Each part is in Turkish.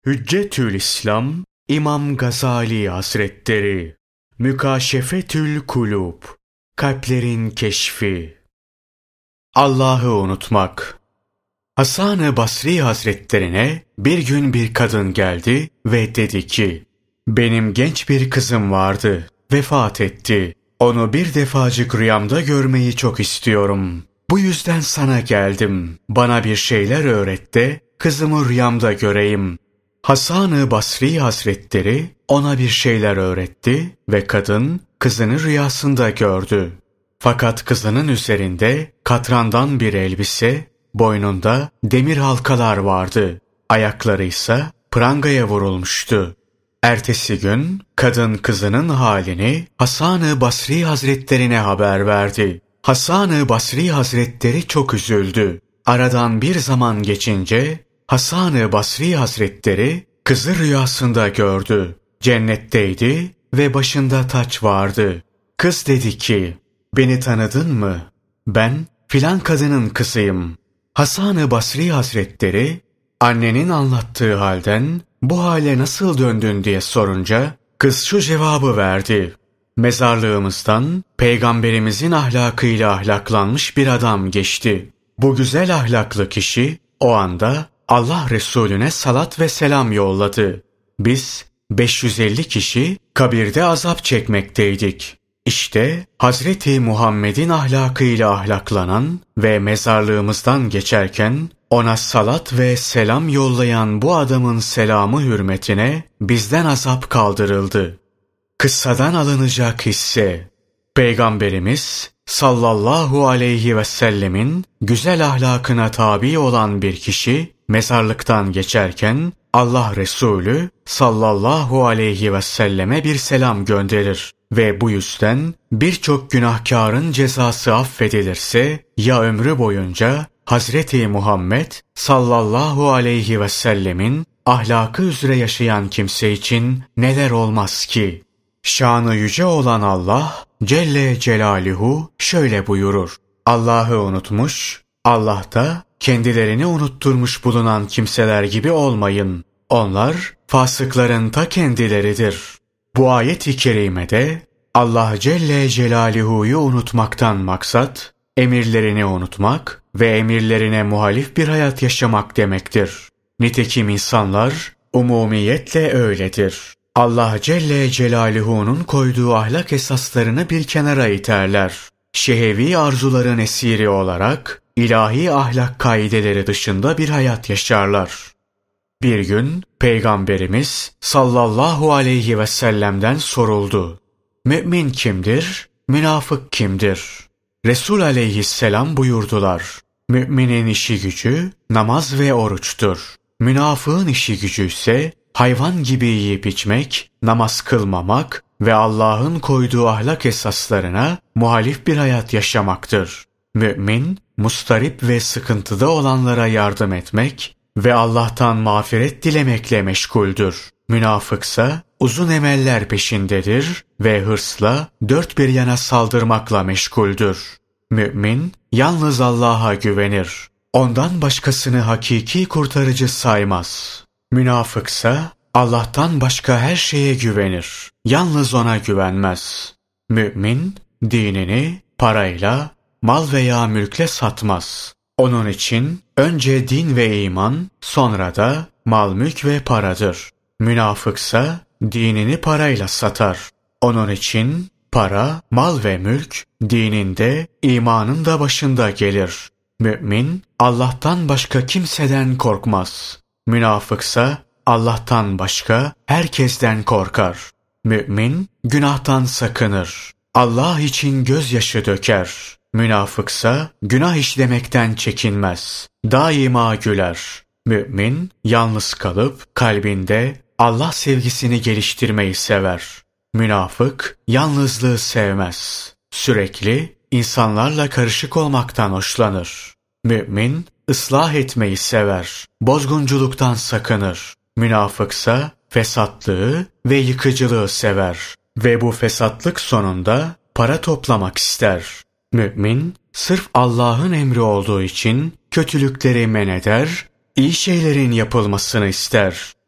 Hüccetül İslam İmam Gazali Hazretleri. Mükaşefetül Kulub, kalplerin keşfi. Allah'ı unutmak. Hasan-ı Basri Hazretlerine bir gün bir kadın geldi ve dedi ki, benim genç bir kızım vardı, vefat etti. Onu bir defacık rüyamda görmeyi çok istiyorum. Bu yüzden sana geldim. Bana bir şeyler öğret de kızımı rüyamda göreyim. Hasan-ı Basri Hazretleri ona bir şeyler öğretti ve kadın kızını rüyasında gördü. Fakat kızının üzerinde katrandan bir elbise, boynunda demir halkalar vardı. Ayakları ise prangaya vurulmuştu. Ertesi gün kadın kızının halini Hasan-ı Basri Hazretlerine haber verdi. Hasan-ı Basri Hazretleri çok üzüldü. Aradan bir zaman geçince Hasan-ı Basri Hazretleri kızı rüyasında gördü. Cennetteydi ve başında taç vardı. Kız dedi ki, beni tanıdın mı? Ben filan kadının kızıyım. Hasan-ı Basri Hazretleri, annenin anlattığı halden bu hale nasıl döndün diye sorunca, kız şu cevabı verdi. Mezarlığımızdan Peygamberimizin ahlakıyla ahlaklanmış bir adam geçti. Bu güzel ahlaklı kişi o anda Allah Resulüne salat ve selam yolladı. Biz 550 kişi kabirde azap çekmekteydik. İşte Hazreti Muhammed'in ahlakıyla ahlaklanan ve mezarlığımızdan geçerken ona salat ve selam yollayan bu adamın selamı hürmetine bizden azap kaldırıldı. Kıssadan alınacak hisse: Peygamberimiz sallallahu aleyhi ve sellemin güzel ahlakına tabi olan bir kişi mezarlıktan geçerken Allah Resulü sallallahu aleyhi ve selleme bir selam gönderir ve bu yüzden birçok günahkarın cezası affedilirse ya ömrü boyunca Hazreti Muhammed sallallahu aleyhi ve sellemin ahlakı üzere yaşayan kimse için neler olmaz ki? Şanı yüce olan Allah Celle Celaluhu şöyle buyurur: Allah'ı unutmuş, Allah da kendilerini unutturmuş bulunan kimseler gibi olmayın. Onlar fasıkların ta kendileridir. Bu ayet-i kerimede Allah Celle Celaluhu'yu unutmaktan maksat, emirlerini unutmak ve emirlerine muhalif bir hayat yaşamak demektir. Nitekim insanlar umumiyetle öyledir. Allah Celle Celaluhu'nun koyduğu ahlak esaslarını bir kenara iterler. Şehevi arzuların esiri olarak ilahi ahlak kaideleri dışında bir hayat yaşarlar. Bir gün Peygamberimiz sallallahu aleyhi ve sellem'den soruldu: Mümin kimdir? Münafık kimdir? Resul aleyhisselam buyurdular: Müminin işi gücü namaz ve oruçtur. Münafığın işi gücü ise hayvan gibi yiyip içmek, namaz kılmamak ve Allah'ın koyduğu ahlak esaslarına muhalif bir hayat yaşamaktır. Mümin, mustarip ve sıkıntıda olanlara yardım etmek ve Allah'tan mağfiret dilemekle meşguldür. Münafıksa uzun emeller peşindedir ve hırsla dört bir yana saldırmakla meşguldür. Mümin yalnız Allah'a güvenir. Ondan başkasını hakiki kurtarıcı saymaz. Münafıksa Allah'tan başka her şeye güvenir. Yalnız ona güvenmez. Mümin dinini parayla, mal veya mülkle satmaz. Onun için önce din ve iman, sonra da mal, mülk ve paradır. Münafıksa dinini parayla satar. Onun için para, mal ve mülk dininde, imanın da başında gelir. Mümin Allah'tan başka kimseden korkmaz. Münafıksa Allah'tan başka herkesten korkar. Mümin günahtan sakınır. Allah için gözyaşı döker. Münafıksa günah işlemekten çekinmez. Daima güler. Mümin yalnız kalıp kalbinde Allah sevgisini geliştirmeyi sever. Münafık yalnızlığı sevmez. Sürekli insanlarla karışık olmaktan hoşlanır. Mümin ıslah etmeyi sever. Bozgunculuktan sakınır. Münafıksa fesatlığı ve yıkıcılığı sever ve bu fesatlık sonunda para toplamak ister. Mümin sırf Allah'ın emri olduğu için kötülükleri men eder, iyi şeylerin yapılmasını ister.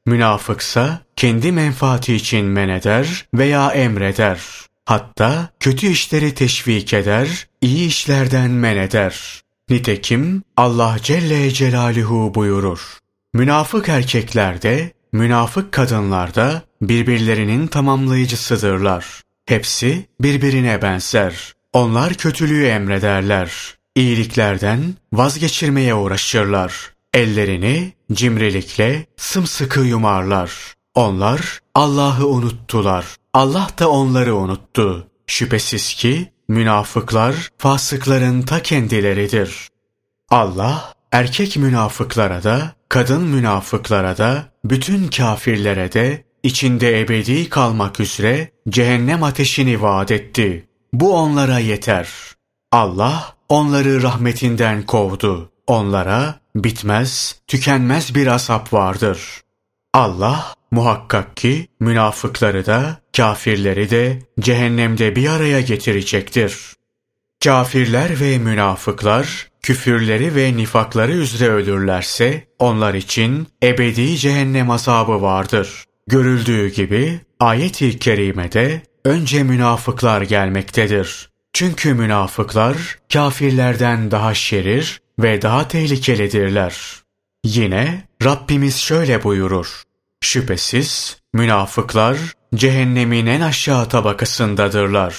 Münafıksa kendi menfaati için men eder veya emreder. Hatta kötü işleri teşvik eder, iyi işlerden men eder. Nitekim Allah Celle Celaluhu buyurur: münafık erkekler de, münafık kadınlar da birbirlerinin tamamlayıcısıdırlar. Hepsi birbirine benzer. Onlar kötülüğü emrederler. İyiliklerden vazgeçirmeye uğraşırlar. Ellerini cimrilikle sımsıkı yumarlar. Onlar Allah'ı unuttular. Allah da onları unuttu. Şüphesiz ki münafıklar fasıkların ta kendileridir. Allah erkek münafıklara da, kadın münafıklara da, bütün kafirlere de içinde ebedi kalmak üzere cehennem ateşini vaat etti. Bu onlara yeter. Allah onları rahmetinden kovdu. Onlara bitmez, tükenmez bir azap vardır. Allah muhakkak ki münafıkları da, kafirleri de cehennemde bir araya getirecektir. Kafirler ve münafıklar küfürleri ve nifakları üzere ölürlerse onlar için ebedi cehennem azabı vardır. Görüldüğü gibi ayet-i kerimede önce münafıklar gelmektedir. Çünkü münafıklar kafirlerden daha şerir ve daha tehlikelidirler. Yine Rabbimiz şöyle buyurur: şüphesiz münafıklar cehennemin en aşağı tabakasındadırlar.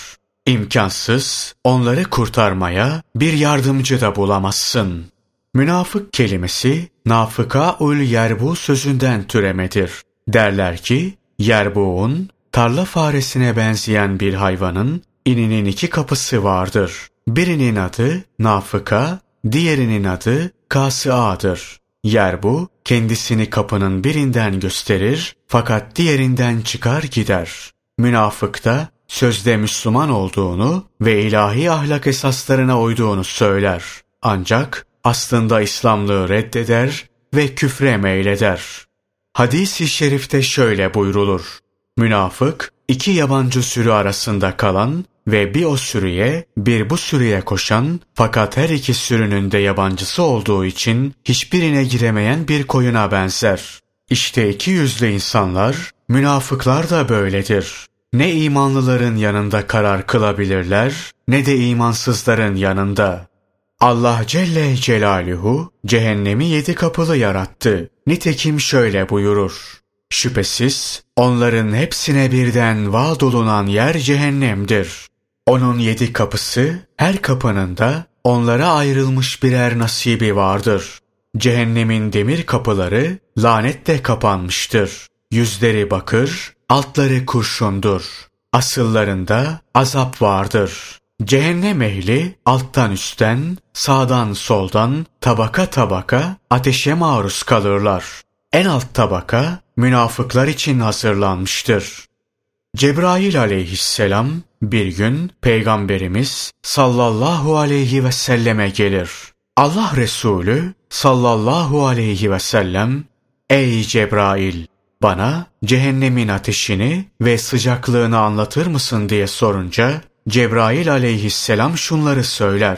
İmkansız onları kurtarmaya bir yardımcı da bulamazsın. Münafık kelimesi nafıka-ül yerbu sözünden türemedir. Derler ki yerbuğun, tarla faresine benzeyen bir hayvanın ininin iki kapısı vardır. Birinin adı nafıka, diğerinin adı kasıadır. Yerbu kendisini kapının birinden gösterir fakat diğerinden çıkar gider. Münafık da sözde Müslüman olduğunu ve ilahi ahlak esaslarına uyduğunu söyler. Ancak aslında İslamlığı reddeder ve küfre meyleder. Hadis-i şerifte şöyle buyrulur: münafık iki yabancı sürü arasında kalan ve bir o sürüye bir bu sürüye koşan fakat her iki sürünün de yabancısı olduğu için hiçbirine giremeyen bir koyuna benzer. İşte iki yüzlü insanlar, münafıklar da böyledir. Ne imanlıların yanında karar kılabilirler, ne de imansızların yanında. Allah Celle Celaluhu cehennemi 7 kapılı yarattı. Nitekim şöyle buyurur: şüphesiz onların hepsine birden vaad olunan yer cehennemdir. Onun 7 kapısı, her kapının da onlara ayrılmış birer nasibi vardır. Cehennemin demir kapıları lanetle kapanmıştır. Yüzleri bakır, altları kurşundur. Asıllarında azap vardır. Cehennem ehli alttan üstten, sağdan soldan, tabaka tabaka ateşe maruz kalırlar. En alt tabaka münafıklar için hazırlanmıştır. Cebrail aleyhisselam bir gün Peygamberimiz sallallahu aleyhi ve selleme gelir. Allah Resulü sallallahu aleyhi ve sellem, ey Cebrail, bana cehennemin ateşini ve sıcaklığını anlatır mısın diye sorunca, Cebrail aleyhisselam şunları söyler: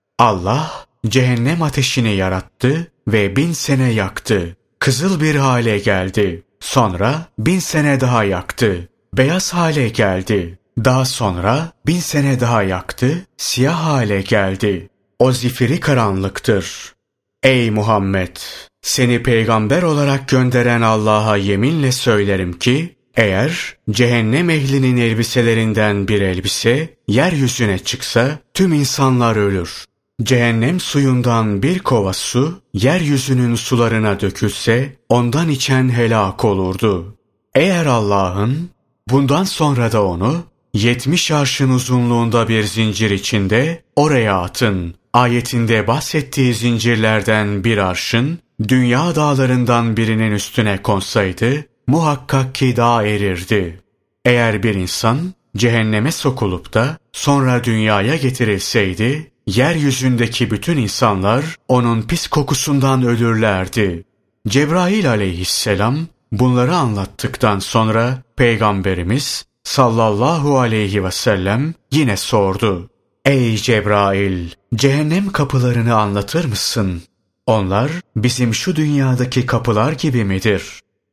Allah cehennem ateşini yarattı ve 1000 sene yaktı. Kızıl bir hale geldi. Sonra 1000 sene daha yaktı. Beyaz hale geldi. Daha sonra 1000 sene daha yaktı. Siyah hale geldi. O zifiri karanlıktır. Ey Muhammed! Seni peygamber olarak gönderen Allah'a yeminle söylerim ki, eğer cehennem ehlinin elbiselerinden bir elbise yeryüzüne çıksa tüm insanlar ölür. Cehennem suyundan bir kova su yeryüzünün sularına dökülse ondan içen helak olurdu. Eğer Allah'ın bundan sonra da onu 70 arşın uzunluğunda bir zincir içinde oraya atın ayetinde bahsettiği zincirlerden bir arşın dünya dağlarından birinin üstüne konsaydı muhakkak ki dağ erirdi. Eğer bir insan cehenneme sokulup da sonra dünyaya getirilseydi, yeryüzündeki bütün insanlar onun pis kokusundan ölürlerdi. Cebrail aleyhisselam bunları anlattıktan sonra Peygamberimiz sallallahu aleyhi ve sellem yine sordu: Ey Cebrail! Cehennem kapılarını anlatır mısın? Onlar bizim şu dünyadaki kapılar gibi midir?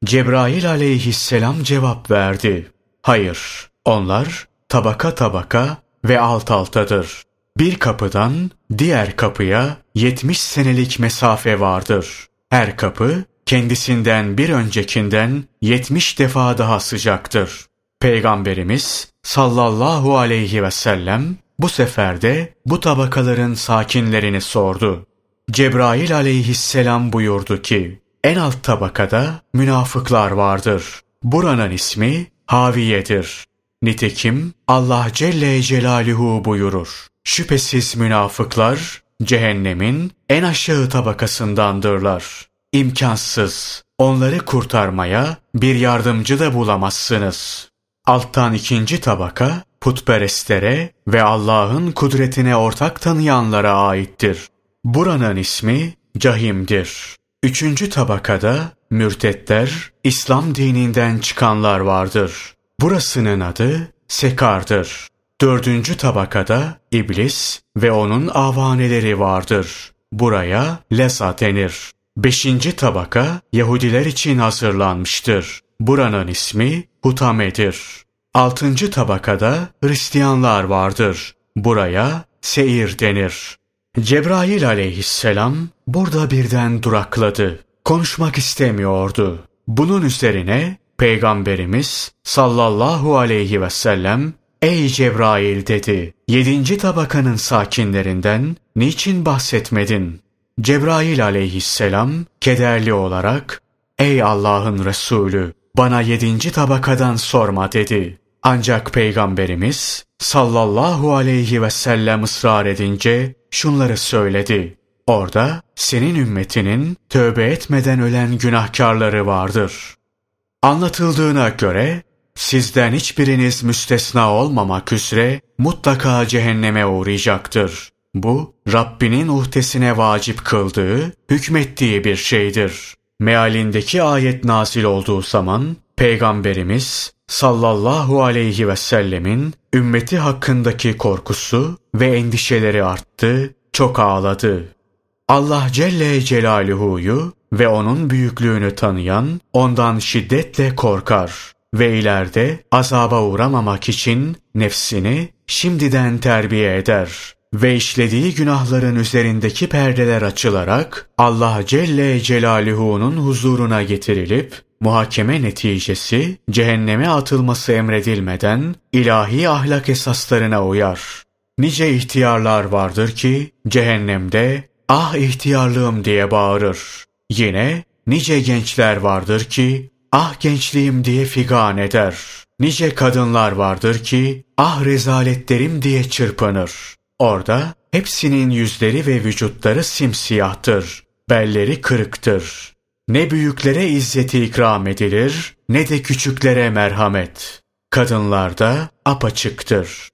Cebrail aleyhisselam cevap verdi. Hayır, onlar tabaka tabaka ve alt altadır. Bir kapıdan diğer kapıya 70 senelik mesafe vardır. Her kapı kendisinden bir öncekinden 70 defa daha sıcaktır. Peygamberimiz sallallahu aleyhi ve sellem bu sefer de bu tabakaların sakinlerini sordu. Cebrail aleyhisselam buyurdu ki, en alt tabakada münafıklar vardır. Buranın ismi Haviye'dir. Nitekim Allah Celle Celaluhu buyurur. Şüphesiz münafıklar cehennemin en aşağı tabakasındandırlar. İmkansız. Onları kurtarmaya bir yardımcı da bulamazsınız. Alttan ikinci tabaka putperestlere ve Allah'ın kudretine ortak tanıyanlara aittir. Buranın ismi Cahim'dir. Üçüncü tabakada mürtetler, İslam dininden çıkanlar vardır. Burasının adı Sekar'dır. Dördüncü tabakada iblis ve onun avaneleri vardır. Buraya Leza denir. Beşinci tabaka Yahudiler için hazırlanmıştır. Buranın ismi Hutame'dir. Altıncı tabakada Hristiyanlar vardır. Buraya Seir denir. Cebrail aleyhisselam burada birden durakladı. Konuşmak istemiyordu. Bunun üzerine Peygamberimiz sallallahu aleyhi ve sellem, ''Ey Cebrail'' dedi. ''7. tabakanın sakinlerinden niçin bahsetmedin?'' Cebrail aleyhisselam kederli olarak, ''Ey Allah'ın Resulü, bana 7. tabakadan sorma'' dedi. Ancak Peygamberimiz sallallahu aleyhi ve sellem ısrar edince şunları söyledi. Orada senin ümmetinin tövbe etmeden ölen günahkarları vardır. Anlatıldığına göre sizden hiçbiriniz müstesna olmamak üzere mutlaka cehenneme uğrayacaktır. Bu Rabbinin uhdesine vacip kıldığı, hükmettiği bir şeydir. Mealindeki ayet nazil olduğu zaman Peygamberimiz sallallahu aleyhi ve sellemin ümmeti hakkındaki korkusu ve endişeleri arttı, çok ağladı. Allah Celle Celaluhu'yu ve onun büyüklüğünü tanıyan ondan şiddetle korkar ve ileride azaba uğramamak için nefsini şimdiden terbiye eder ve işlediği günahların üzerindeki perdeler açılarak Allah Celle Celaluhu'nun huzuruna getirilip muhakeme neticesi cehenneme atılması emredilmeden ilahi ahlak esaslarına uyar. Nice ihtiyarlar vardır ki cehennemde "Ah ihtiyarlığım" diye bağırır. Yine nice gençler vardır ki "Ah gençliğim" diye figan eder. Nice kadınlar vardır ki "Ah rezaletlerim" diye çırpınır. Orada hepsinin yüzleri ve vücutları simsiyahtır. Belleri kırıktır. Ne büyüklere izzeti ikram edilir, ne de küçüklere merhamet. Kadınlarda apaçıktır.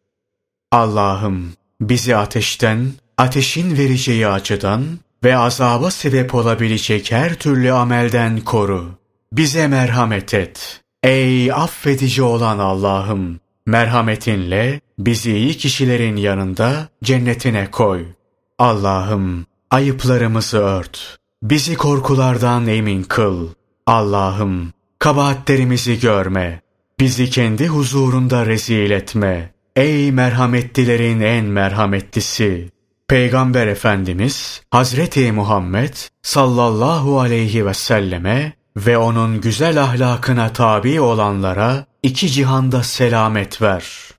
Allah'ım bizi ateşten, ateşin vereceği acıdan ve azaba sebep olabilecek her türlü amelden koru. Bize merhamet et. Ey affedici olan Allah'ım, merhametinle bizi iyi kişilerin yanında cennetine koy. Allah'ım ayıplarımızı ört. Bizi korkulardan emin kıl. Allah'ım kabahatlerimizi görme. Bizi kendi huzurunda rezil etme. Ey merhametlilerin en merhametlisi! Peygamber Efendimiz Hazreti Muhammed sallallahu aleyhi ve selleme ve onun güzel ahlakına tabi olanlara iki cihanda selamet ver.